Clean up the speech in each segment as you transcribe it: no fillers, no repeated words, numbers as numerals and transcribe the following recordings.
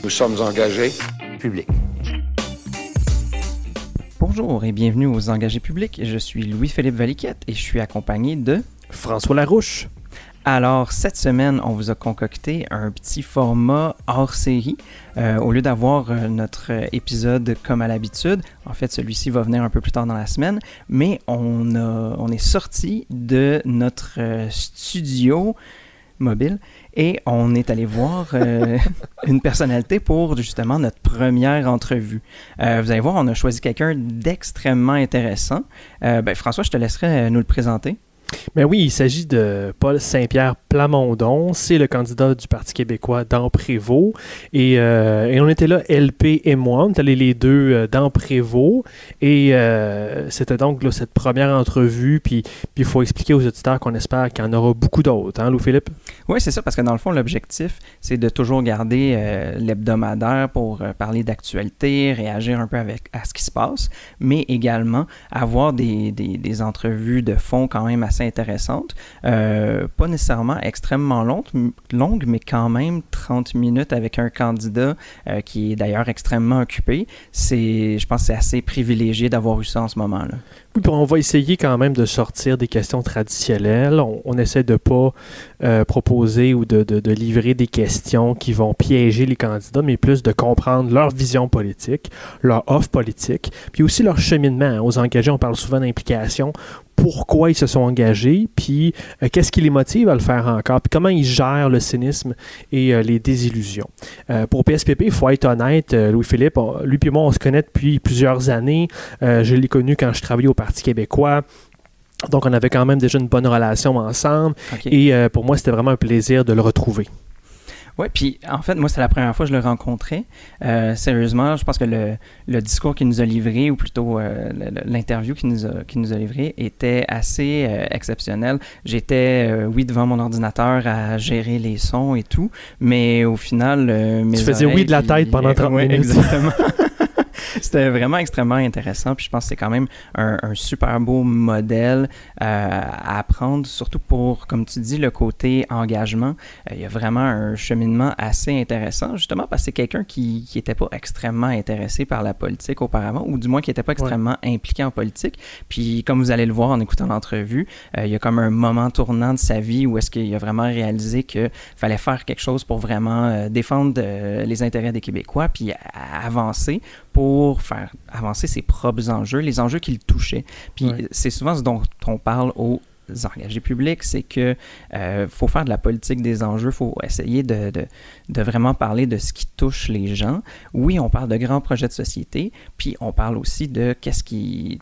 Nous sommes engagés. Public. Bonjour et bienvenue aux Engagés publics. Je suis Louis-Philippe Valiquette et je suis accompagné de François Larouche. Alors, cette semaine, on vous a concocté un petit format hors série. Au lieu d'avoir notre épisode comme à l'habitude, en fait, celui-ci va venir un peu plus tard dans la semaine, mais on est sorti de notre studio mobile et on est allé voir une personnalité pour justement notre première entrevue. Vous allez voir, on a choisi quelqu'un d'extrêmement intéressant. François, je te laisserai nous le présenter. Ben oui, il s'agit de Paul Saint-Pierre Plamondon. C'est le candidat du Parti québécois dans Prévost. Et on était là, LP et moi. On est allés les deux dans Prévost. Et c'était donc là, cette première entrevue. Puis il faut expliquer aux auditeurs qu'on espère qu'il y en aura beaucoup d'autres. Hein, Louis-Philippe? Oui, c'est ça, parce que dans le fond, l'objectif, c'est de toujours garder l'hebdomadaire pour parler d'actualité, réagir un peu à ce qui se passe, mais également avoir des entrevues de fond quand même assez intéressantes. Pas nécessairement extrêmement longues, mais quand même 30 minutes avec un candidat qui est d'ailleurs extrêmement occupé. Je pense que c'est assez privilégié d'avoir eu ça en ce moment-là. Oui, puis on va essayer quand même de sortir des questions traditionnelles. On essaie de ne pas proposer ou de livrer des questions qui vont piéger les candidats, mais plus de comprendre leur vision politique, leur offre politique, puis aussi leur cheminement. Aux engagés, on parle souvent d'implication. Pourquoi ils se sont engagés, puis qu'est-ce qui les motive à le faire encore, puis comment ils gèrent le cynisme et les désillusions. Pour PSPP, il faut être honnête, Louis-Philippe, lui et moi, on se connaît depuis plusieurs années. Je l'ai connu quand je travaillais au Parti québécois. Donc, on avait quand même déjà une bonne relation ensemble. Okay. Et pour moi, c'était vraiment un plaisir de le retrouver. Oui, puis en fait, moi, c'est la première fois que je le rencontrais. Sérieusement, je pense que le discours qu'il nous a livré, ou plutôt l'interview qu'il nous a livré, était assez exceptionnel. J'étais, devant mon ordinateur à gérer les sons et tout, mais au final... tu faisais oui de la tête pendant 30 minutes. Exactement. C'était vraiment extrêmement intéressant, puis je pense que c'est quand même un super beau modèle à apprendre, surtout pour, comme tu dis, le côté engagement. Il y a vraiment un cheminement assez intéressant, justement parce que c'est quelqu'un qui n'était pas extrêmement intéressé par la politique auparavant, ou du moins qui n'était pas extrêmement impliqué en politique. Puis comme vous allez le voir en écoutant l'entrevue, il y a comme un moment tournant de sa vie où est-ce qu'il a vraiment réalisé qu'il fallait faire quelque chose pour vraiment défendre les intérêts des Québécois, puis avancer pour faire avancer ses propres enjeux, les enjeux qui le touchaient. Puis c'est souvent ce dont on parle aux engagés publics, c'est que faut faire de la politique des enjeux, faut essayer de vraiment parler de ce qui touche les gens. Oui, on parle de grands projets de société, puis on parle aussi de qu'est-ce qui...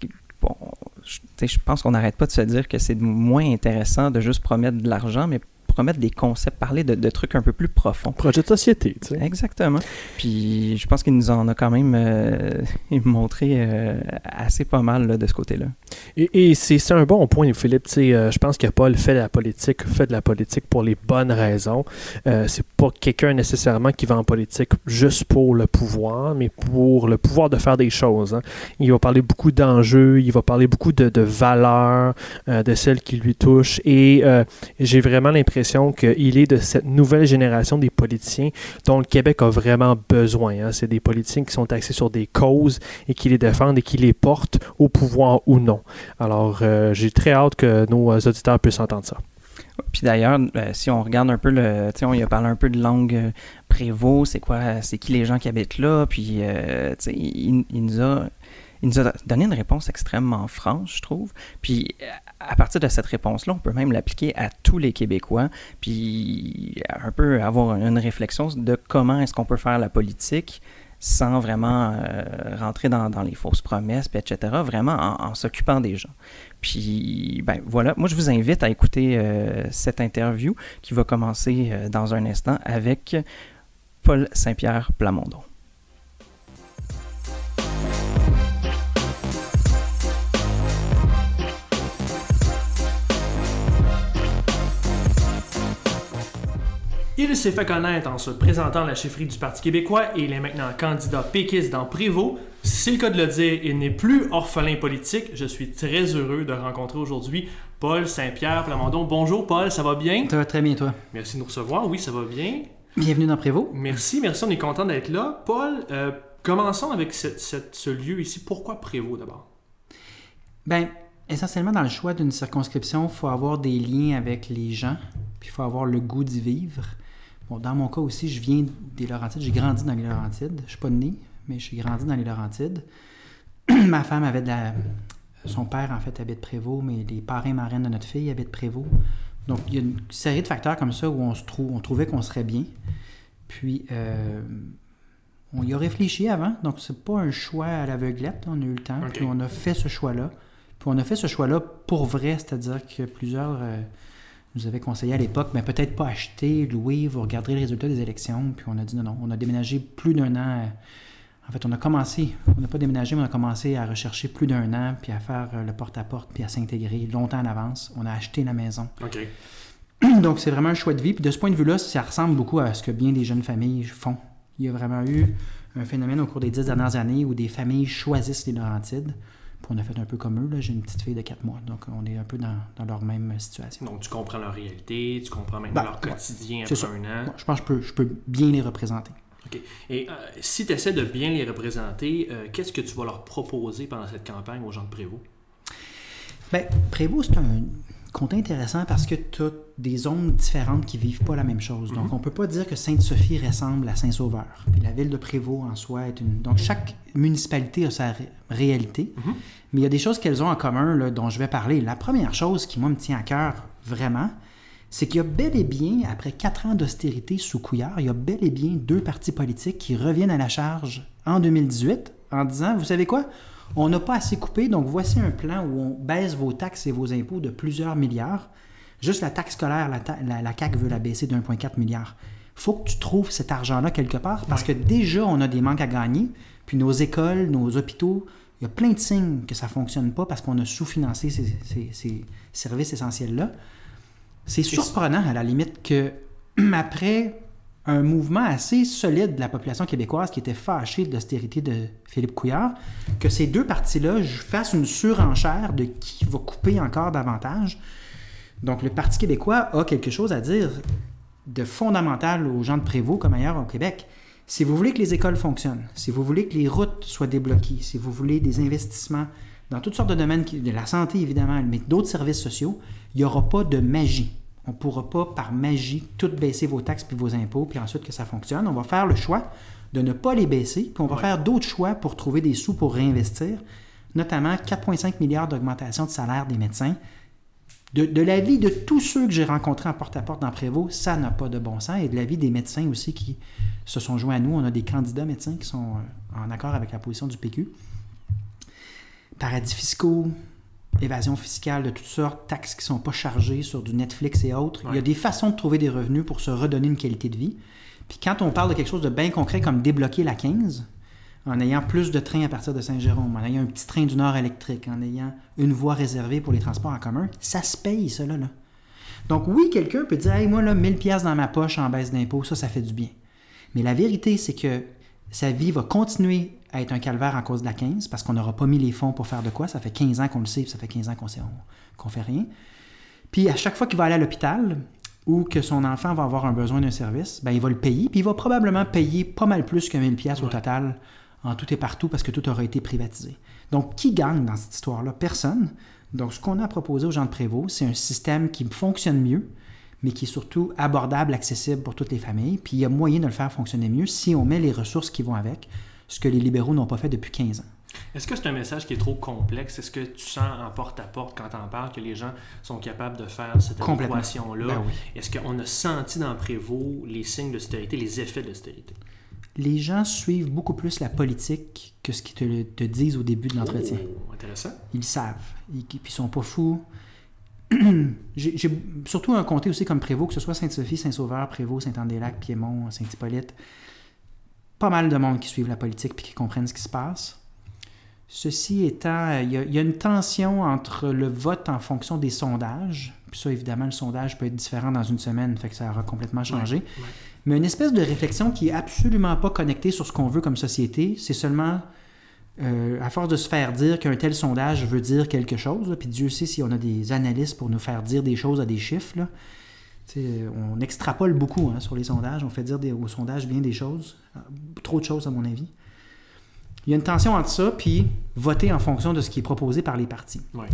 je pense qu'on n'arrête pas de se dire que c'est moins intéressant de juste promettre de l'argent, mais promettre des concepts, parler de trucs un peu plus profonds. Projet de société, tu sais. Exactement. Puis je pense qu'il nous en a quand même montré assez pas mal là, de ce côté-là. Et c'est un bon point, Philippe. Tu sais, je pense que Paul fait de la politique pour les bonnes raisons. C'est pas quelqu'un nécessairement qui va en politique juste pour le pouvoir, mais pour le pouvoir de faire des choses. Hein. Il va parler beaucoup d'enjeux, il va parler beaucoup de valeurs, de celles qui lui touchent. Et j'ai vraiment l'impression qu'il est de cette nouvelle génération des politiciens dont le Québec a vraiment besoin. Hein. C'est des politiciens qui sont axés sur des causes et qui les défendent et qui les portent au pouvoir ou non. Alors, j'ai très hâte que nos auditeurs puissent entendre ça. Puis d'ailleurs, si on regarde un peu on y a parlé un peu de langue Prévost, c'est qui les gens qui habitent là, puis il nous a donné une réponse extrêmement franche, je trouve. Puis à partir de cette réponse-là, on peut même l'appliquer à tous les Québécois, puis un peu avoir une réflexion de comment est-ce qu'on peut faire la politique sans vraiment rentrer dans les fausses promesses, puis etc., vraiment en s'occupant des gens. Puis, voilà, moi je vous invite à écouter cette interview qui va commencer dans un instant avec Paul Saint-Pierre Plamondon. Il s'est fait connaître en se présentant à la chefferie du Parti québécois et il est maintenant candidat péquiste dans Prévost. C'est le cas de le dire, il n'est plus orphelin politique. Je suis très heureux de rencontrer aujourd'hui Paul Saint-Pierre Plamondon. Bonjour Paul, ça va bien? Ça va très bien, toi? Merci de nous recevoir, oui, ça va bien. Bienvenue dans Prévost. Merci, on est content d'être là. Paul, commençons avec ce lieu ici. Pourquoi Prévost d'abord? Bien, essentiellement, dans le choix d'une circonscription, il faut avoir des liens avec les gens, puis il faut avoir le goût d'y vivre. Bon, dans mon cas aussi, je viens des Laurentides, j'ai grandi dans les Laurentides. Je ne suis pas né, mais j'ai grandi dans les Laurentides. Ma femme avait son père, en fait, habite Prévost, mais les parrains marraines de notre fille habitent Prévost. Donc, il y a une série de facteurs comme ça où on trouvait qu'on serait bien. Puis, on y a réfléchi avant. Donc, c'est pas un choix à l'aveuglette. On a eu le temps. Okay. Puis, on a fait ce choix-là. Puis, on a fait ce choix-là pour vrai. C'est-à-dire que plusieurs nous avaient conseillé à l'époque, mais peut-être pas acheter, louer, vous regarderez les résultats des élections. Puis, on a dit non. On a déménagé plus d'1 an. En fait, on n'a pas déménagé, mais on a commencé à rechercher plus d'1 an, puis à faire le porte-à-porte, puis à s'intégrer longtemps en avance. On a acheté la maison. OK. Donc, c'est vraiment un choix de vie. Puis de ce point de vue-là, ça ressemble beaucoup à ce que bien des jeunes familles font. Il y a vraiment eu un phénomène au cours des 10 dernières années où des familles choisissent les Laurentides. Puis on a fait un peu comme eux. Là. J'ai une petite fille de 4 mois. Donc, on est un peu dans leur même situation. Donc, tu comprends leur réalité, tu comprends maintenant leur quotidien après 1 an. Bon, je pense que je peux bien les représenter. OK. Et si tu essaies de bien les représenter, qu'est-ce que tu vas leur proposer pendant cette campagne aux gens de Prévost? Bien, Prévost, c'est un comté intéressant parce que tu as des zones différentes qui ne vivent pas la même chose. Donc, on ne peut pas dire que Sainte-Sophie ressemble à Saint-Sauveur. Puis la ville de Prévost, en soi, est une... Donc, chaque municipalité a sa réalité, mais il y a des choses qu'elles ont en commun là, dont je vais parler. La première chose qui, moi, me tient à cœur vraiment, c'est qu'il y a bel et bien, après 4 ans d'austérité sous Couillard, il y a bel et bien 2 partis politiques qui reviennent à la charge en 2018 en disant, vous savez quoi, on n'a pas assez coupé, donc voici un plan où on baisse vos taxes et vos impôts de plusieurs milliards. Juste la taxe scolaire, la CAQ veut la baisser de 1,4 milliard. Il faut que tu trouves cet argent-là quelque part parce que déjà, on a des manques à gagner, puis nos écoles, nos hôpitaux, il y a plein de signes que ça ne fonctionne pas parce qu'on a sous-financé ces services essentiels-là. C'est surprenant, à la limite, que après un mouvement assez solide de la population québécoise qui était fâchée de l'austérité de Philippe Couillard, que ces 2 partis-là fassent une surenchère de qui va couper encore davantage. Donc, le Parti québécois a quelque chose à dire de fondamental aux gens de Prévost comme ailleurs au Québec. Si vous voulez que les écoles fonctionnent, si vous voulez que les routes soient débloquées, si vous voulez des investissements dans toutes sortes de domaines, de la santé évidemment, mais d'autres services sociaux, il n'y aura pas de magie. On ne pourra pas par magie tout baisser vos taxes puis vos impôts, puis ensuite que ça fonctionne. On va faire le choix de ne pas les baisser, puis on va faire d'autres choix pour trouver des sous pour réinvestir, notamment 4,5 milliards d'augmentation de salaire des médecins. De l'avis de tous ceux que j'ai rencontrés en porte-à-porte dans Prévost, ça n'a pas de bon sens. Et de l'avis des médecins aussi qui se sont joints à nous. On a des candidats médecins qui sont en accord avec la position du PQ. Paradis fiscaux, évasion fiscale de toutes sortes, taxes qui ne sont pas chargées sur du Netflix et autres. Il y a des façons de trouver des revenus pour se redonner une qualité de vie. Puis quand on parle de quelque chose de bien concret comme débloquer la 15, en ayant plus de trains à partir de Saint-Jérôme, en ayant un petit train du Nord électrique, en ayant une voie réservée pour les transports en commun, ça se paye, cela là. Donc oui, quelqu'un peut dire « Hey, moi, là, 1000 piastres dans ma poche en baisse d'impôts, ça fait du bien. » Mais la vérité, c'est que sa vie va continuer à être un calvaire en cause de la 15 parce qu'on n'aura pas mis les fonds pour faire de quoi. Ça fait 15 ans qu'on le sait, puis ça fait 15 ans qu'on fait rien. Puis à chaque fois qu'il va aller à l'hôpital ou que son enfant va avoir un besoin d'un service, ben il va le payer, puis il va probablement payer pas mal plus que 1000 piastres au total en tout et partout parce que tout aura été privatisé. Donc, qui gagne dans cette histoire-là? Personne. Donc, ce qu'on a proposé aux gens de Prévost, c'est un système qui fonctionne mieux, mais qui est surtout abordable, accessible pour toutes les familles. Puis, il y a moyen de le faire fonctionner mieux si on met les ressources qui vont avec, ce que les libéraux n'ont pas fait depuis 15 ans. Est-ce que c'est un message qui est trop complexe? Est-ce que tu sens en porte-à-porte, quand tu en parles, que les gens sont capables de faire cette adéquation-là? Ben oui. Est-ce qu'on a senti dans Prévost les signes d'austérité, les effets de l'austérité? Les gens suivent beaucoup plus la politique que ce qu'ils te disent au début de l'entretien. Oh, intéressant. Ils savent. Puis ils sont pas fous. J'ai surtout un comté aussi comme Prévost, que ce soit Sainte-Sophie, Saint-Sauveur, Prévost, Saint-Anne-des-Lacs, Piémont, Saint-Hippolyte. Pas mal de monde qui suivent la politique puis qui comprennent ce qui se passe. Ceci étant, il y a une tension entre le vote en fonction des sondages. Puis ça, évidemment, le sondage peut être différent dans une semaine, fait que ça aura complètement changé. Ouais. Mais une espèce de réflexion qui n'est absolument pas connectée sur ce qu'on veut comme société. C'est seulement, à force de se faire dire qu'un tel sondage veut dire quelque chose, là, puis Dieu sait si on a des analystes pour nous faire dire des choses à des chiffres, là, On extrapole beaucoup sur les sondages. On fait dire aux sondages bien des choses. Trop de choses, à mon avis. Il y a une tension entre ça puis voter en fonction de ce qui est proposé par les partis. Ouais.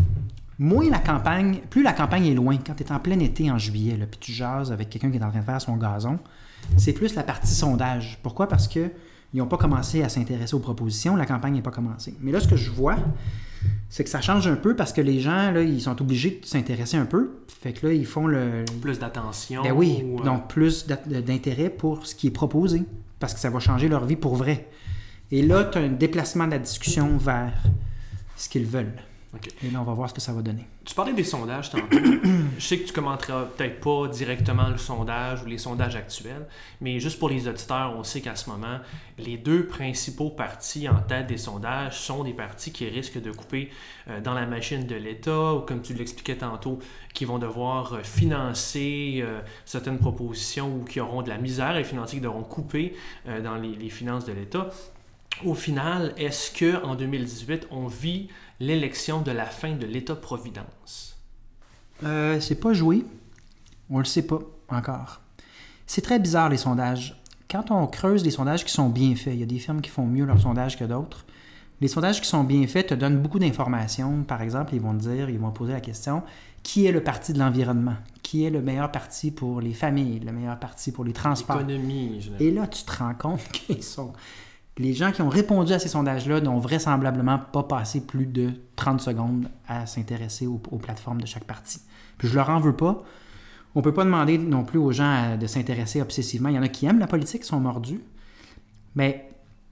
Plus la campagne est loin, quand tu es en plein été en juillet, puis tu jases avec quelqu'un qui est en train de faire son gazon, c'est plus la partie sondage. Pourquoi? Parce qu'ils n'ont pas commencé à s'intéresser aux propositions, la campagne n'est pas commencée. Mais là, ce que je vois, c'est que ça change un peu parce que les gens, là, ils sont obligés de s'intéresser un peu. Fait que là, ils font plus d'attention. Ben oui, donc plus d'intérêt pour ce qui est proposé, parce que ça va changer leur vie pour vrai. Et là, tu as un déplacement de la discussion vers ce qu'ils veulent. Okay. Et là, on va voir ce que ça va donner. Tu parlais des sondages tantôt. Je sais que tu commenteras peut-être pas directement le sondage ou les sondages actuels, mais juste pour les auditeurs, on sait qu'à ce moment, les deux principaux partis en tête des sondages sont des partis qui risquent de couper dans la machine de l'État, ou comme tu l'expliquais tantôt, qui vont devoir financer certaines propositions ou qui auront de la misère à financer, qui devront couper dans les finances de l'État. Au final, est-ce qu'en 2018, on vit l'élection de la fin de l'État-providence? C'est pas joué. On le sait pas encore. C'est très bizarre, les sondages. Quand on creuse des sondages qui sont bien faits, il y a des firmes qui font mieux leurs sondages que d'autres. Les sondages qui sont bien faits te donnent beaucoup d'informations. Par exemple, ils vont poser la question, qui est le parti de l'environnement? Qui est le meilleur parti pour les familles? Le meilleur parti pour les transports? L'économie. Et là, tu te rends compte qu'ils sont... Les gens qui ont répondu à ces sondages-là n'ont vraisemblablement pas passé plus de 30 secondes à s'intéresser aux plateformes de chaque parti. Puis je leur en veux pas. On peut pas demander non plus aux gens de s'intéresser obsessivement. Il y en a qui aiment la politique, qui sont mordus. Mais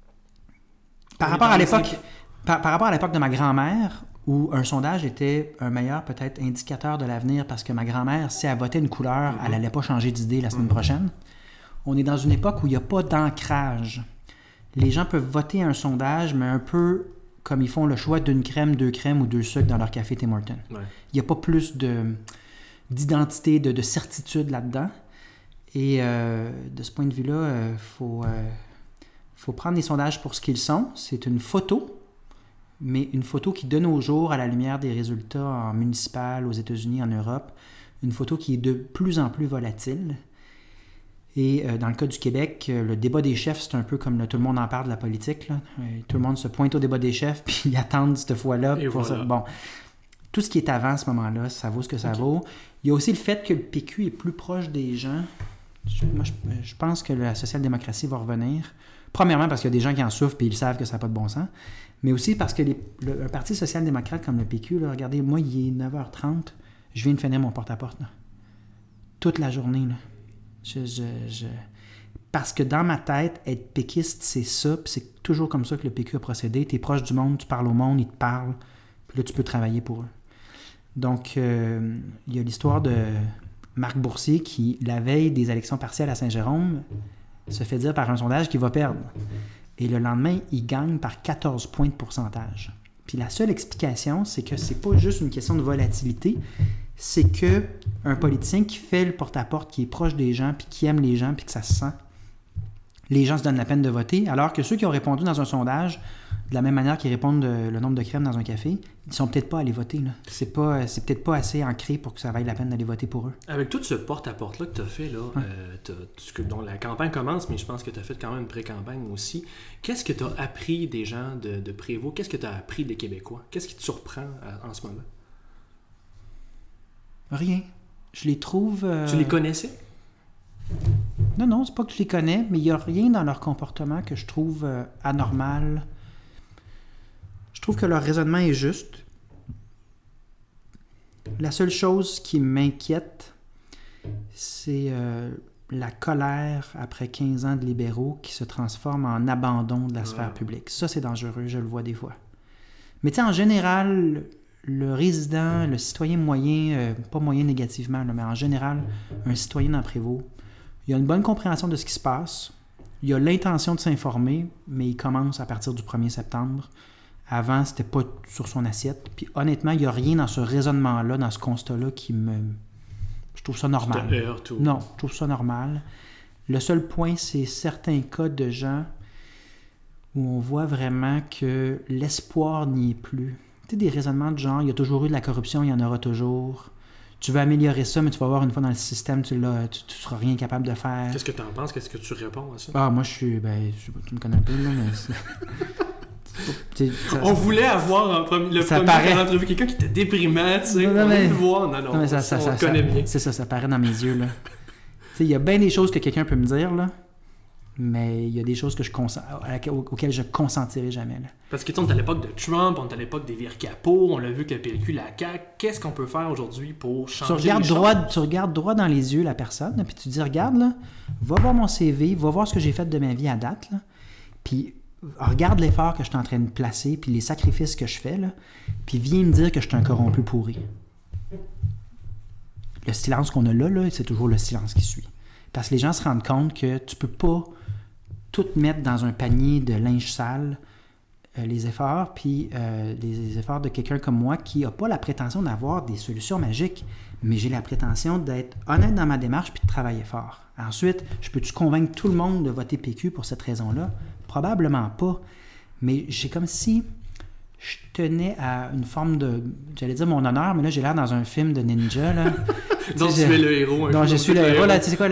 par rapport à l'époque de ma grand-mère, où un sondage était un meilleur peut-être indicateur de l'avenir parce que ma grand-mère, si elle votait une couleur, elle n'allait pas changer d'idée la semaine prochaine. On est dans une époque où il n'y a pas d'ancrage. Les gens peuvent voter un sondage, mais un peu comme ils font le choix d'une crème, 2 crèmes ou 2 sucres dans leur café Tim Hortons. Ouais. Il n'y a pas plus d'identité, de certitude là-dedans. Et de ce point de vue-là, faut prendre les sondages pour ce qu'ils sont. C'est une photo, mais une photo qui de nos jours, à la lumière des résultats en municipal, aux États-Unis, en Europe, une photo qui est de plus en plus volatile. Et dans le cas du Québec, le débat des chefs, c'est un peu comme tout le monde en parle de la politique. Là. Tout le monde se pointe au débat des chefs, puis ils attendent cette fois-là. Voilà. Bon, tout ce qui est avant à ce moment-là, ça vaut ce que ça vaut. Il y a aussi le fait que le PQ est plus proche des gens. Je pense que la social-démocratie va revenir. Premièrement, parce qu'il y a des gens qui en souffrent et ils savent que ça n'a pas de bon sens. Mais aussi parce que un parti social-démocrate comme le PQ, là, regardez, moi, il est 9h30, je viens de finir mon porte-à-porte. Là. Toute la journée, là. Parce que dans ma tête, être péquiste, c'est ça, puis c'est toujours comme ça que le PQ a procédé. Tu es proche du monde, tu parles au monde, ils te parlent, puis là, tu peux travailler pour eux. Donc, il y a l'histoire de Marc Boursier qui, la veille des élections partielles à Saint-Jérôme, se fait dire par un sondage qu'il va perdre. Et le lendemain, il gagne par 14 points de pourcentage. Puis la seule explication, c'est que c'est pas juste une question de volatilité, c'est que un politicien qui fait le porte-à-porte, qui est proche des gens, puis qui aime les gens, puis que ça se sent, les gens se donnent la peine de voter, alors que ceux qui ont répondu dans un sondage, de la même manière qu'ils répondent le nombre de crèmes dans un café, ils sont peut-être pas allés voter. Là. C'est peut-être pas assez ancré pour que ça vaille la peine d'aller voter pour eux. Avec tout ce porte-à-porte-là que tu as fait, là, dont la campagne commence, mais je pense que tu as fait quand même une pré-campagne aussi, qu'est-ce que tu as appris des gens de Prévost? Qu'est-ce que tu as appris des Québécois? Qu'est-ce qui te surprend en ce moment? Rien. Je les trouve... Tu les connaissais? Non, c'est pas que je les connais, mais il n'y a rien dans leur comportement que je trouve anormal. Je trouve que leur raisonnement est juste. La seule chose qui m'inquiète, c'est la colère après 15 ans de libéraux qui se transforme en abandon de la sphère publique. Ça, c'est dangereux, je le vois des fois. Mais tu sais, en général... Le résident, le citoyen moyen, pas moyen négativement, là, mais en général, un citoyen dans Prévost, il a une bonne compréhension de ce qui se passe, il a l'intention de s'informer, mais il commence à partir du 1er septembre. Avant, c'était pas sur son assiette. Puis honnêtement, il n'y a rien dans ce raisonnement-là, dans ce constat-là qui me... Je trouve ça normal. Qui te heurte, ou... Non, je trouve ça normal. Le seul point, c'est certains cas de gens où on voit vraiment que l'espoir n'y est plus. Tu sais, des raisonnements de genre, il y a toujours eu de la corruption, il y en aura toujours. Tu veux améliorer ça, mais tu vas voir une fois dans le système, tu seras rien capable de faire. Qu'est-ce que tu en penses? Qu'est-ce que tu réponds à ça? Ah, moi, je suis... Ben, tu me connais un peu, là, mais... On voulait avoir le premier entrevue quelqu'un qui était déprimant, tu sais. On voulait le voir. Non, mais on le connaît bien. C'est ça paraît dans mes yeux, là. Tu sais, il y a bien des choses que quelqu'un peut me dire, là. Mais il y a des choses que auxquelles je consentirai jamais. Là. Parce que on est à l'époque de Trump, on est à l'époque des vires capots, on l'a vu que le PLQ, la CAQ. Qu'est-ce qu'on peut faire aujourd'hui pour changer tu regardes droit dans les yeux la personne, là, puis tu dis, regarde, là, va voir mon CV, va voir ce que j'ai fait de ma vie à date, là, puis regarde l'effort que je suis en train de placer, puis les sacrifices que je fais, là, puis viens me dire que je suis un corrompu pourri. Le silence qu'on a là, c'est toujours le silence qui suit. Parce que les gens se rendent compte que tu peux pas tout mettre dans un panier de linge sale, les efforts, puis les efforts de quelqu'un comme moi qui n'a pas la prétention d'avoir des solutions magiques, mais j'ai la prétention d'être honnête dans ma démarche puis de travailler fort. Ensuite, peux-tu convaincre tout le monde de voter PQ pour cette raison-là? Probablement pas, mais j'ai comme si je tenais à une forme de, j'allais dire mon honneur, mais là j'ai l'air dans un film de ninja, là. Donc tu es le héros. Donc je suis le héros, là, tu sais quoi,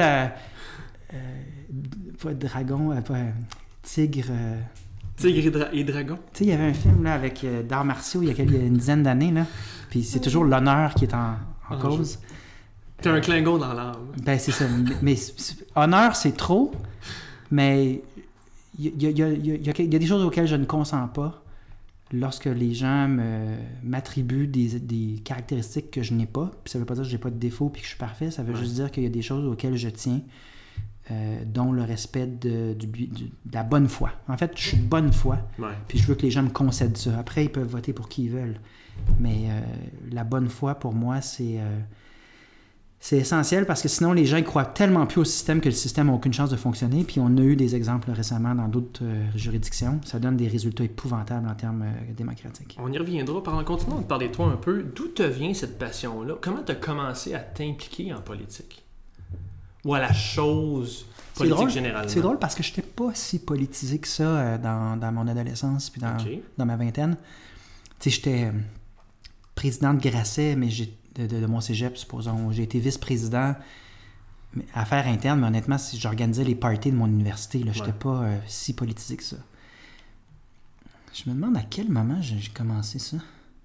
pas dragon, pas tigre... Tigre et dragon. Tu sais, il y avait un film là, avec d'arts martiaux il y a une dizaine d'années, là, puis c'est toujours l'honneur qui est en cause. T'es un Klingon dans l'âme. Ben c'est ça, mais honneur c'est trop, mais il y a des choses auxquelles je ne consens pas lorsque les gens m'attribuent des caractéristiques que je n'ai pas. Puis ça veut pas dire que j'ai pas de défauts puis que je suis parfait, ça veut juste dire qu'il y a des choses auxquelles je tiens. Dont le respect de la bonne foi. En fait, je suis de bonne foi, puis je veux que les gens me concèdent ça. Après, ils peuvent voter pour qui ils veulent. Mais la bonne foi, pour moi, c'est essentiel parce que sinon, les gens ils croient tellement plus au système que le système n'a aucune chance de fonctionner. Puis on a eu des exemples récemment dans d'autres juridictions. Ça donne des résultats épouvantables en termes démocratiques. On y reviendra. Continuons de parler de toi un peu. D'où te vient cette passion-là? Comment tu as commencé à t'impliquer en politique? Ou à la chose politique généralement? C'est drôle parce que je n'étais pas si politisé que ça dans mon adolescence puis dans ma vingtaine. Tu sais, j'étais président de Grasset, mais de mon cégep, supposons. J'ai été vice-président affaires internes, mais honnêtement, si j'organisais les parties de mon université, je n'étais pas si politisé que ça. Je me demande à quel moment j'ai commencé ça.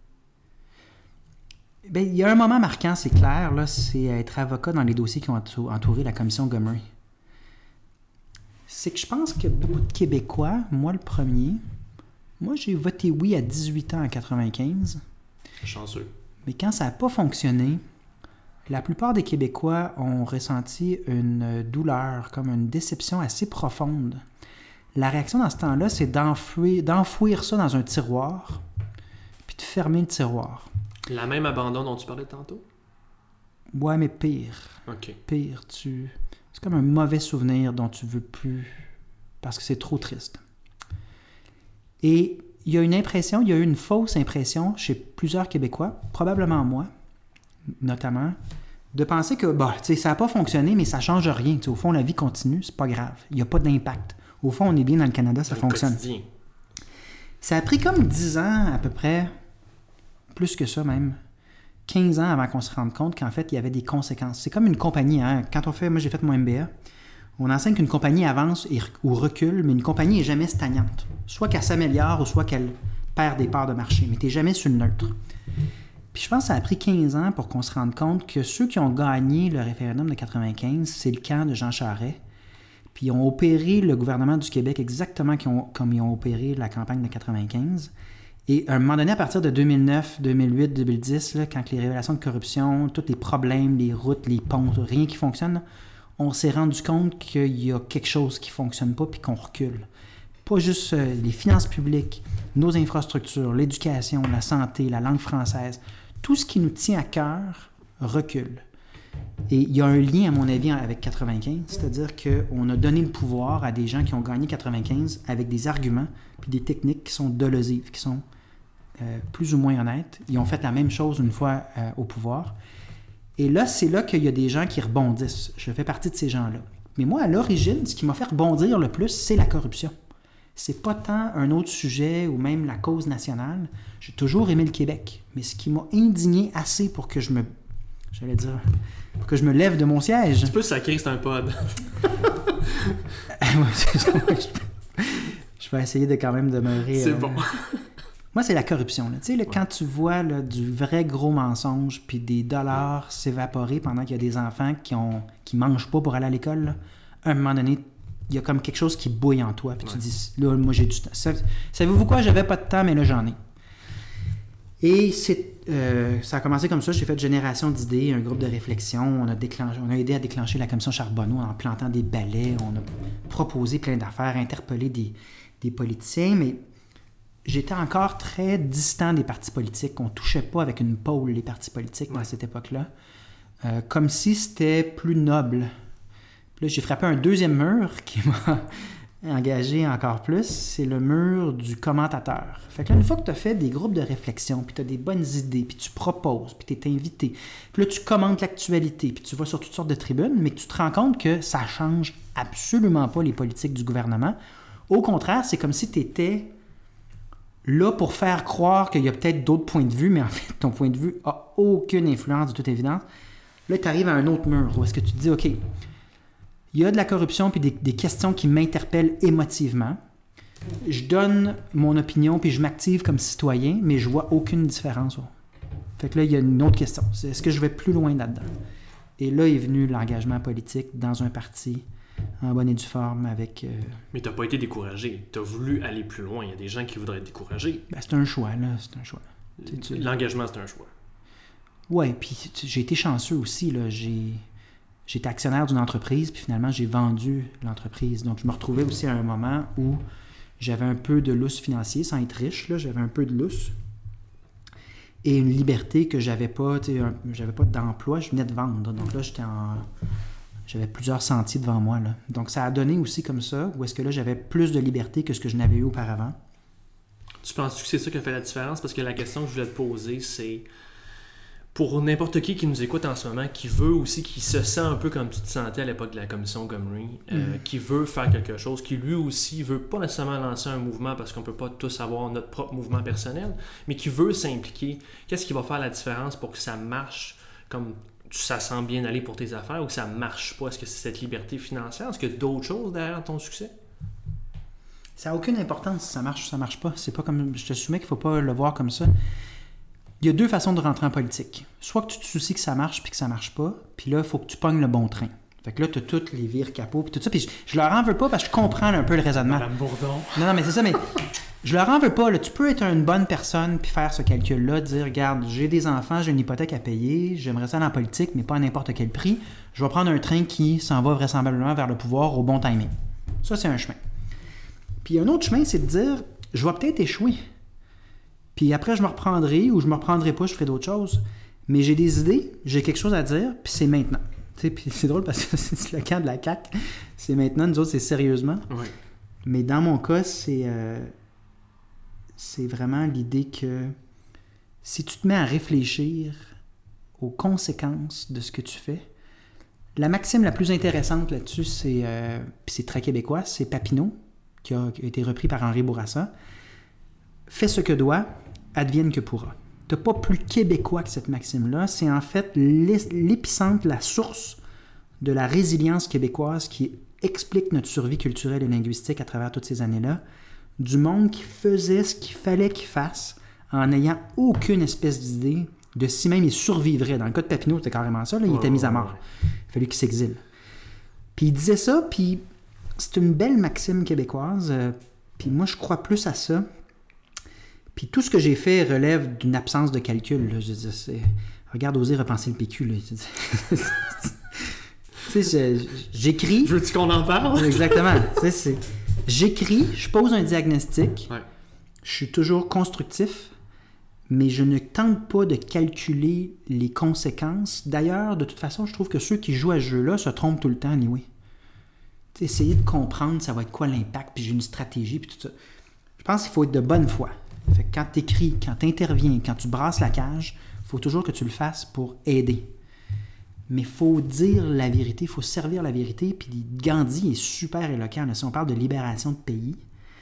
Ben, il y a un moment marquant, c'est clair, là, c'est être avocat dans les dossiers qui ont entouré la commission Gomery. C'est que je pense que beaucoup de Québécois, moi le premier, moi j'ai voté oui à 18 ans en 1995. Chanceux. Mais quand ça n'a pas fonctionné, la plupart des Québécois ont ressenti une douleur, comme une déception assez profonde. La réaction dans ce temps-là, c'est d'enfouir ça dans un tiroir, puis de fermer le tiroir. La même abandon dont tu parlais tantôt? Ouais, mais pire. OK. Pire, c'est comme un mauvais souvenir dont tu veux plus parce que c'est trop triste. Et il y a eu une fausse impression chez plusieurs Québécois, probablement moi, notamment, de penser que ça n'a pas fonctionné, mais ça ne change rien. Au fond, la vie continue, c'est pas grave. Il n'y a pas d'impact. Au fond, on est bien dans le Canada, ça fonctionne. Quotidien. Ça a pris comme 10 ans à peu près, plus que ça même, 15 ans avant qu'on se rende compte qu'en fait, il y avait des conséquences. C'est comme une compagnie. Hein? Moi j'ai fait mon MBA, on enseigne qu'une compagnie avance ou recule, mais une compagnie n'est jamais stagnante. Soit qu'elle s'améliore ou soit qu'elle perd des parts de marché, mais tu n'es jamais sur le neutre. Puis je pense que ça a pris 15 ans pour qu'on se rende compte que ceux qui ont gagné le référendum de 95, c'est le camp de Jean Charest. Puis ils ont opéré le gouvernement du Québec exactement comme ils ont opéré la campagne de 95. Et à un moment donné, à partir de 2009, 2008, 2010, là, quand les révélations de corruption, tous les problèmes, les routes, les ponts, rien qui fonctionne, là, on s'est rendu compte qu'il y a quelque chose qui ne fonctionne pas puis qu'on recule. Pas juste les finances publiques, nos infrastructures, l'éducation, la santé, la langue française, tout ce qui nous tient à cœur recule. Et il y a un lien, à mon avis, avec 95, c'est-à-dire qu'on a donné le pouvoir à des gens qui ont gagné 95 avec des arguments puis des techniques qui sont dolosives, qui sont plus ou moins honnêtes. Ils ont fait la même chose une fois au pouvoir. Et là, c'est là qu'il y a des gens qui rebondissent. Je fais partie de ces gens-là. Mais moi, à l'origine, ce qui m'a fait rebondir le plus, c'est la corruption. C'est pas tant un autre sujet ou même la cause nationale. J'ai toujours aimé le Québec. Mais ce qui m'a indigné assez pour que je j'allais dire, pour que je me lève de mon siège. Tu peux sacrer que c'est un pod. Ouais, c'est ça, je vais essayer de quand même demeurer... C'est bon. Moi, c'est la corruption. Là. Tu sais, quand tu vois là, du vrai gros mensonge puis des dollars s'évaporer pendant qu'il y a des enfants qui mangent pas pour aller à l'école, là, à un moment donné, il y a comme quelque chose qui bouille en toi. Puis tu dis, là, moi, j'ai du temps. Savez-vous quoi? J'avais pas de temps, mais là, j'en ai. Et ça a commencé comme ça. J'ai fait génération d'idées, un groupe de réflexion. On a aidé à déclencher la commission Charbonneau en plantant des balais. On a proposé plein d'affaires, interpellé des politiciens, mais j'étais encore très distant des partis politiques. On ne touchait pas avec une pôle les partis politiques à cette époque-là. Comme si c'était plus noble. Puis là, j'ai frappé un deuxième mur qui m'a engagé encore plus. C'est le mur du commentateur. Fait que là, une fois que tu as fait des groupes de réflexion, puis tu as des bonnes idées, puis tu proposes, puis tu es invité, puis là, tu commentes l'actualité, puis tu vas sur toutes sortes de tribunes, mais que tu te rends compte que ça change absolument pas les politiques du gouvernement. Au contraire, c'est comme si tu étais là pour faire croire qu'il y a peut-être d'autres points de vue, mais en fait, ton point de vue n'a aucune influence de toute évidence. Là, tu arrives à un autre mur où est-ce que tu te dis, OK, il y a de la corruption puis des questions qui m'interpellent émotivement. Je donne mon opinion puis je m'active comme citoyen, mais je vois aucune différence. Fait que là, il y a une autre question. Est-ce que je vais plus loin là-dedans? Et là est venu l'engagement politique dans un parti en bonne et due forme avec... Mais t'as pas été découragé. T'as voulu aller plus loin. Il y a des gens qui voudraient être découragés. Ben, c'est un choix, là. C'est un choix. L'engagement, c'est un choix. Oui, puis j'ai été chanceux aussi, là. J'étais actionnaire d'une entreprise, puis finalement, j'ai vendu l'entreprise. Donc, je me retrouvais aussi à un moment où j'avais un peu de lousse financier, sans être riche, là. J'avais un peu de lousse. Et une liberté que j'avais pas, j'avais pas d'emploi, je venais de vendre. Donc là, j'avais plusieurs sentiers devant moi, là. Donc, ça a donné aussi comme ça, où est-ce que là, j'avais plus de liberté que ce que je n'avais eu auparavant. Tu penses que c'est ça qui a fait la différence? Parce que la question que je voulais te poser, c'est pour n'importe qui nous écoute en ce moment, qui veut aussi, qui se sent un peu comme tu te sentais à l'époque de la commission Gomery, qui veut faire quelque chose, qui lui aussi veut pas nécessairement lancer un mouvement parce qu'on peut pas tous avoir notre propre mouvement personnel, mais qui veut s'impliquer. Qu'est-ce qui va faire la différence pour que ça marche comme ça sent bien aller pour tes affaires ou que ça marche pas? Est-ce que c'est cette liberté financière? Est-ce qu'il y a d'autres choses derrière ton succès? Ça n'a aucune importance si ça marche ou ça marche pas. C'est pas comme, je te soumets qu'il faut pas le voir comme ça. Il y a deux façons de rentrer en politique. Soit que tu te soucies que ça marche puis que ça marche pas, puis là, il faut que tu pognes le bon train. Fait que là, tu as toutes les vires capots puis tout ça. Puis je leur en veux pas parce que je comprends un peu le raisonnement. Madame Bourdon. Non, mais c'est ça, mais je leur en veux pas. Là. Tu peux être une bonne personne puis faire ce calcul-là, dire, regarde, j'ai des enfants, j'ai une hypothèque à payer, j'aimerais ça aller en politique, mais pas à n'importe quel prix. Je vais prendre un train qui s'en va vraisemblablement vers le pouvoir au bon timing. Ça, c'est un chemin. Puis un autre chemin, c'est de dire, je vais peut-être échouer. Puis après, je me reprendrai ou je me reprendrai pas, je ferai d'autres choses. Mais j'ai des idées, j'ai quelque chose à dire, puis c'est maintenant. Puis c'est drôle parce que c'est le camp de la CAQ. C'est maintenant, nous autres, c'est sérieusement. Oui. Mais dans mon cas, c'est vraiment l'idée que si tu te mets à réfléchir aux conséquences de ce que tu fais, la maxime la plus intéressante là-dessus, puis c'est très québécois, c'est Papineau, qui a été repris par Henri Bourassa. Fais ce que doit, advienne que pourra. Tu n'as pas plus québécois que cette maxime-là. C'est en fait l'épicentre, la source de la résilience québécoise qui explique notre survie culturelle et linguistique à travers toutes ces années-là. Du monde qui faisait ce qu'il fallait qu'il fasse en n'ayant aucune espèce d'idée de si même il survivrait. Dans le cas de Papineau, c'était carrément ça. Là, il était mis à mort. Il a fallu qu'il s'exile. Puis il disait ça, puis c'est une belle maxime québécoise. Puis moi, je crois plus à ça. Puis tout ce que j'ai fait relève d'une absence de calcul. Là. Je dis, regarde, oser repenser le PQ. Là. Tu sais, j'écris. Veux-tu qu'on en parle? Exactement. J'écris, je pose un diagnostic. Ouais. Je suis toujours constructif, mais je ne tente pas de calculer les conséquences. D'ailleurs, de toute façon, je trouve que ceux qui jouent à ce jeu-là se trompent tout le temps, anyway. Tu sais, essayer de comprendre ça va être quoi l'impact, puis j'ai une stratégie, puis tout ça. Je pense qu'il faut être de bonne foi. Fait que quand tu écris, quand tu interviens, quand tu brasses la cage, il faut toujours que tu le fasses pour aider. Mais il faut dire la vérité, il faut servir la vérité. Puis Gandhi est super éloquent. Là, si on parle de libération de pays,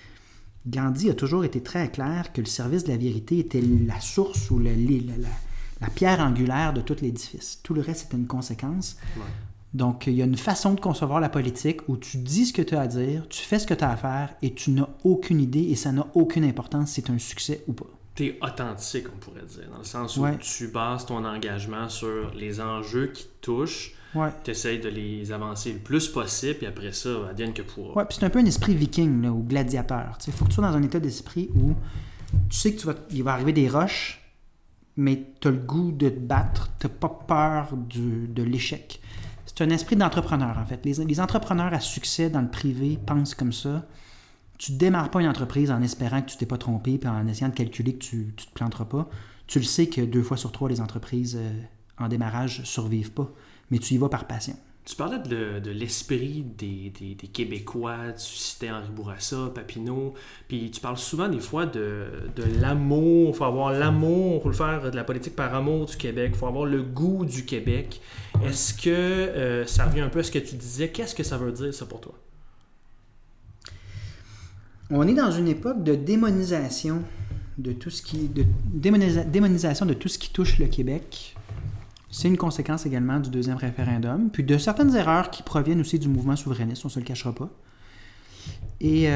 Gandhi a toujours été très clair que le service de la vérité était la source ou la pierre angulaire de tout l'édifice. Tout le reste, c'est une conséquence. Ouais. Donc, il y a une façon de concevoir la politique où tu dis ce que tu as à dire, tu fais ce que tu as à faire et tu n'as aucune idée et ça n'a aucune importance si c'est un succès ou pas. T'es authentique, on pourrait dire, dans le sens où tu bases ton engagement sur les enjeux qui te touchent, tu essaies de les avancer le plus possible, puis après ça, advienne que pourra. Oui, puis c'est un peu un esprit viking là, ou gladiateur. Il faut que tu sois dans un état d'esprit où tu sais qu'il va arriver des roches, mais tu as le goût de te battre, tu n'as pas peur de l'échec. C'est un esprit d'entrepreneur, en fait. Les entrepreneurs à succès dans le privé pensent comme ça. Tu ne démarres pas une entreprise en espérant que tu ne t'es pas trompé puis en essayant de calculer que tu ne te planteras pas. Tu le sais que 2 fois sur 3, les entreprises en démarrage ne survivent pas, mais tu y vas par passion. Tu parlais de l'esprit des Québécois, tu citais Henri Bourassa, Papineau, puis tu parles souvent des fois de l'amour, il faut avoir l'amour, il faut le faire de la politique par amour du Québec, il faut avoir le goût du Québec. Est-ce que ça revient un peu à ce que tu disais? Qu'est-ce que ça veut dire ça pour toi? On est dans une époque de démonisation de tout ce qui démonisation de tout ce qui touche le Québec. C'est une conséquence également du 2e référendum, puis de certaines erreurs qui proviennent aussi du mouvement souverainiste, on ne se le cachera pas. Et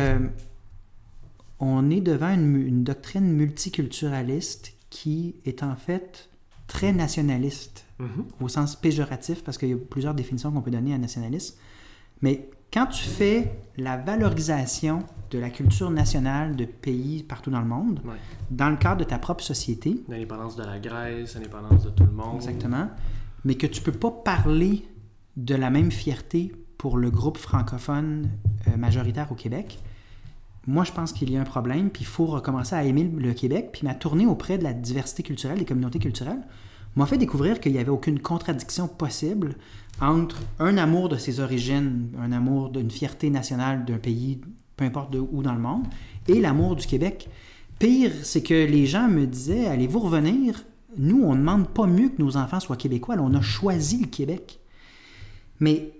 on est devant une doctrine multiculturaliste qui est en fait très nationaliste, au sens péjoratif, parce qu'il y a plusieurs définitions qu'on peut donner à nationalisme. Mais quand tu fais la valorisation de la culture nationale de pays partout dans le monde, dans le cadre de ta propre société... L'indépendance de la Grèce, l'indépendance de tout le monde. Exactement. Mais que tu ne peux pas parler de la même fierté pour le groupe francophone majoritaire au Québec. Moi, je pense qu'il y a un problème, puis il faut recommencer à aimer le Québec. Puis ma tournée auprès de la diversité culturelle, des communautés culturelles, m'a fait découvrir qu'il n'y avait aucune contradiction possible entre un amour de ses origines, un amour d'une fierté nationale d'un pays, peu importe de où dans le monde, et l'amour du Québec. Pire, c'est que les gens me disaient « Allez-vous revenir? Nous, on ne demande pas mieux que nos enfants soient québécois. Là, on a choisi le Québec. » Mais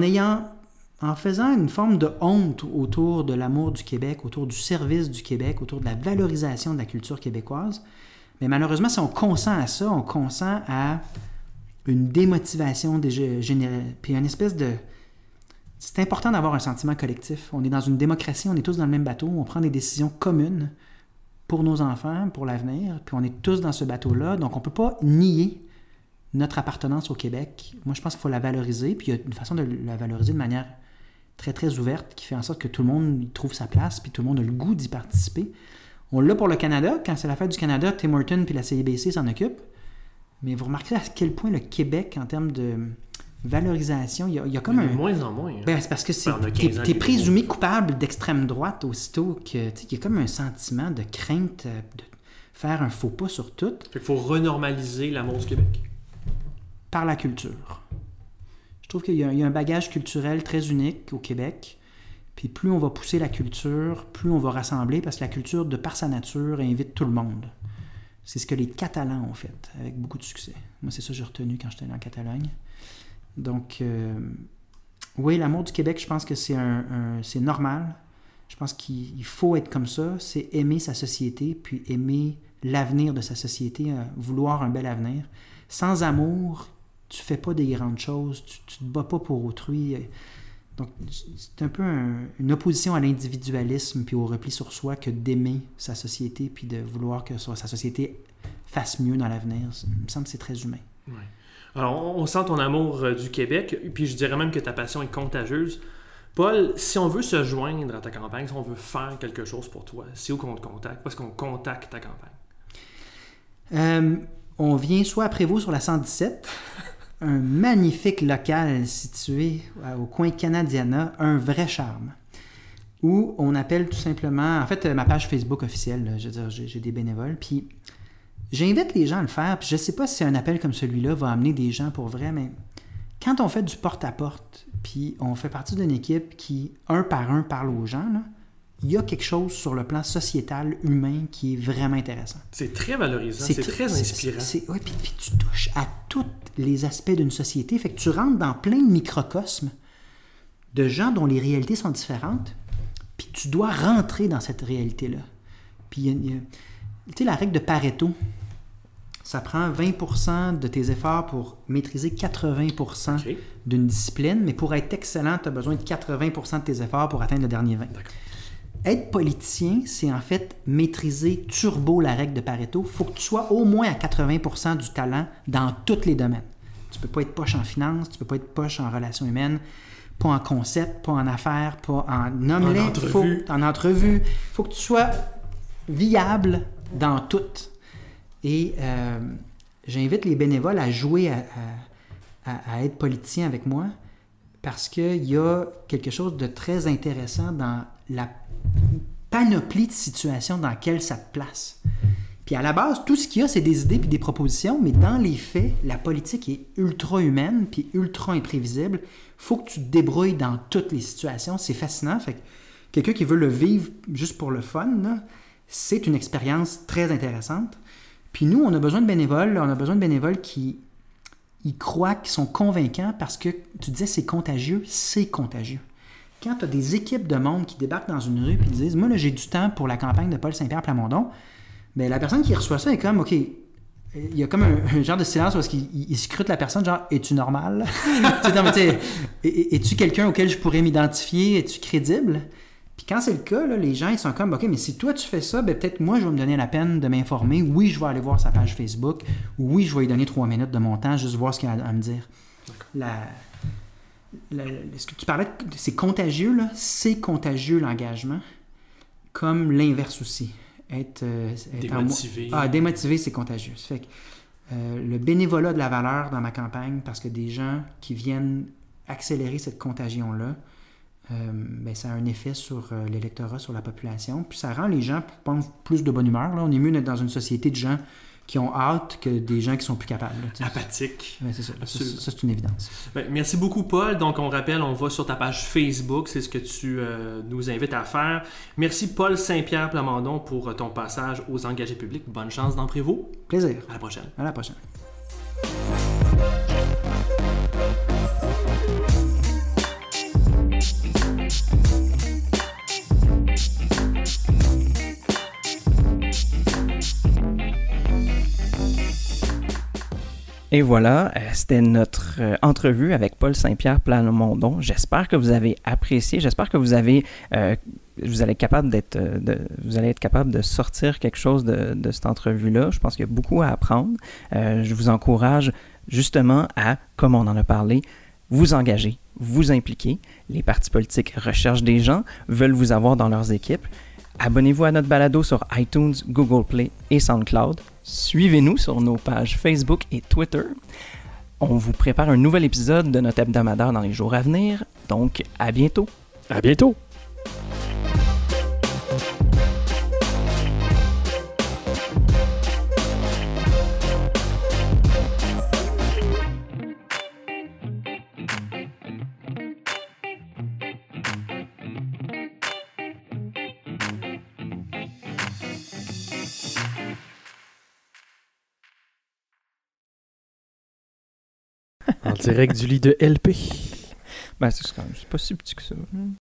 en faisant une forme de honte autour de l'amour du Québec, autour du service du Québec, autour de la valorisation de la culture québécoise, mais malheureusement, si on consent à ça, on consent à une démotivation générale, puis une espèce de... C'est important d'avoir un sentiment collectif. On est dans une démocratie, on est tous dans le même bateau, on prend des décisions communes pour nos enfants, pour l'avenir, puis on est tous dans ce bateau-là, donc on ne peut pas nier notre appartenance au Québec. Moi, je pense qu'il faut la valoriser, puis il y a une façon de la valoriser de manière très, très ouverte, qui fait en sorte que tout le monde y trouve sa place, puis tout le monde a le goût d'y participer. On l'a pour le Canada. Quand c'est la fête du Canada, Tim Hortons puis la CIBC s'en occupent. Mais vous remarquerez à quel point le Québec, en termes de valorisation, il y a comme un... De moins en moins. Ben, c'est parce que t'es présumé coupable d'extrême droite aussitôt qu'il y a comme un sentiment de crainte de faire un faux pas sur tout. Fait qu'il faut renormaliser l'amour du Québec. Par la culture. Je trouve qu'il y a un bagage culturel très unique au Québec. Puis plus on va pousser la culture, plus on va rassembler, parce que la culture, de par sa nature, invite tout le monde. C'est ce que les Catalans ont fait, avec beaucoup de succès. Moi, c'est ça que j'ai retenu quand j'étais en Catalogne. Donc, oui, l'amour du Québec, je pense que c'est normal. Je pense qu'il faut être comme ça. C'est aimer sa société, puis aimer l'avenir de sa société, vouloir un bel avenir. Sans amour, tu fais pas des grandes choses, tu te bats pas pour autrui. Donc, c'est un peu une opposition à l'individualisme puis au repli sur soi que d'aimer sa société puis de vouloir que sa société fasse mieux dans l'avenir. Il me semble que c'est très humain. Ouais. Alors, on sent ton amour du Québec, puis je dirais même que ta passion est contagieuse. Paul, si on veut se joindre à ta campagne, si on veut faire quelque chose pour toi, c'est où qu'on te contacte? Parce qu'on contacte ta campagne. On vient soit à Prévost sur la 117... un magnifique local situé au coin Canadiana, un vrai charme, où on appelle tout simplement... En fait, ma page Facebook officielle, là, je veux dire, j'ai des bénévoles, puis j'invite les gens à le faire, puis je ne sais pas si un appel comme celui-là va amener des gens pour vrai, mais quand on fait du porte-à-porte, puis on fait partie d'une équipe qui, un par un, parle aux gens, là, il y a quelque chose sur le plan sociétal, humain, qui est vraiment intéressant. C'est très valorisant, c'est très inspirant. Oui, puis tu touches à tous les aspects d'une société. Fait que tu rentres dans plein de microcosmes de gens dont les réalités sont différentes, puis tu dois rentrer dans cette réalité-là. Puis, tu sais, la règle de Pareto, Ça prend 20% de tes efforts pour maîtriser 80% OK. d'une discipline, mais pour être excellent, tu as besoin de 80% de tes efforts pour atteindre le dernier 20%. D'accord. Être politicien, c'est en fait maîtriser turbo la règle de Pareto. Il faut que tu sois au moins à 80% du talent dans tous les domaines. Tu peux pas être poche en finance, tu peux pas être poche en relations humaines, pas en concept, pas en affaires, pas en nomme-les, en entrevue. Il faut que tu sois viable dans tout. Et j'invite les bénévoles à jouer à être politicien avec moi parce qu'il y a quelque chose de très intéressant dans la panoplie de situations dans laquelle ça te place. Puis à la base, tout ce qu'il y a, c'est des idées puis des propositions, mais dans les faits, la politique est ultra humaine puis ultra imprévisible. Faut que tu te débrouilles dans toutes les situations. C'est fascinant. Fait que quelqu'un qui veut le vivre juste pour le fun, là, c'est une expérience très intéressante. Puis nous, on a besoin de bénévoles. On a besoin de bénévoles qui y croient, qui sont convaincants parce que tu disais c'est contagieux. C'est contagieux. Quand tu as des équipes de monde qui débarquent dans une rue et disent « Moi, là, j'ai du temps pour la campagne de Paul Saint-Pierre Plamondon », bien, la personne qui reçoit ça est comme « OK, il y a comme un genre de silence parce qu'il scrute la personne, genre « Es-tu normal? » Es-tu quelqu'un auquel je pourrais m'identifier? Es-tu crédible? Puis quand c'est le cas, là, les gens ils sont comme « OK, mais si toi tu fais ça, bien, peut-être moi je vais me donner la peine de m'informer. Oui, je vais aller voir sa page Facebook. Oui, je vais lui donner 3 minutes de mon temps, juste voir ce qu'il a à me dire. » Ce que tu parlais, c'est contagieux, là. C'est contagieux l'engagement, comme l'inverse aussi. Être démotivé. Démotivé, c'est contagieux. Ça fait que, le bénévolat de la valeur dans ma campagne, parce que des gens qui viennent accélérer cette contagion-là, ben, ça a un effet sur l'électorat, sur la population. Puis ça rend les gens, je pense, plus de bonne humeur. Là. On est mieux d'être dans une société de gens qui ont hâte que des gens qui sont plus capables. Là, apathiques. Ben, c'est ça. Ça, c'est une évidence. Ben, merci beaucoup, Paul. Donc, on rappelle, on va sur ta page Facebook. C'est ce que tu nous invites à faire. Merci, Paul Saint-Pierre Plamondon, pour ton passage aux engagés publics. Bonne chance dans Prévost. Plaisir. À la prochaine. À la prochaine. Et voilà, c'était notre entrevue avec Paul Saint-Pierre Plamondon. J'espère que vous avez apprécié. J'espère que vous allez être capable de sortir quelque chose de cette entrevue-là. Je pense qu'il y a beaucoup à apprendre. Je vous encourage justement à, comme on en a parlé, vous engager, vous impliquer. Les partis politiques recherchent des gens, veulent vous avoir dans leurs équipes. Abonnez-vous à notre balado sur iTunes, Google Play et SoundCloud. Suivez-nous sur nos pages Facebook et Twitter. On vous prépare un nouvel épisode de notre hebdomadaire dans les jours à venir. Donc, à bientôt. À bientôt. En direct du lit de LP. Ben, c'est pas si petit que ça.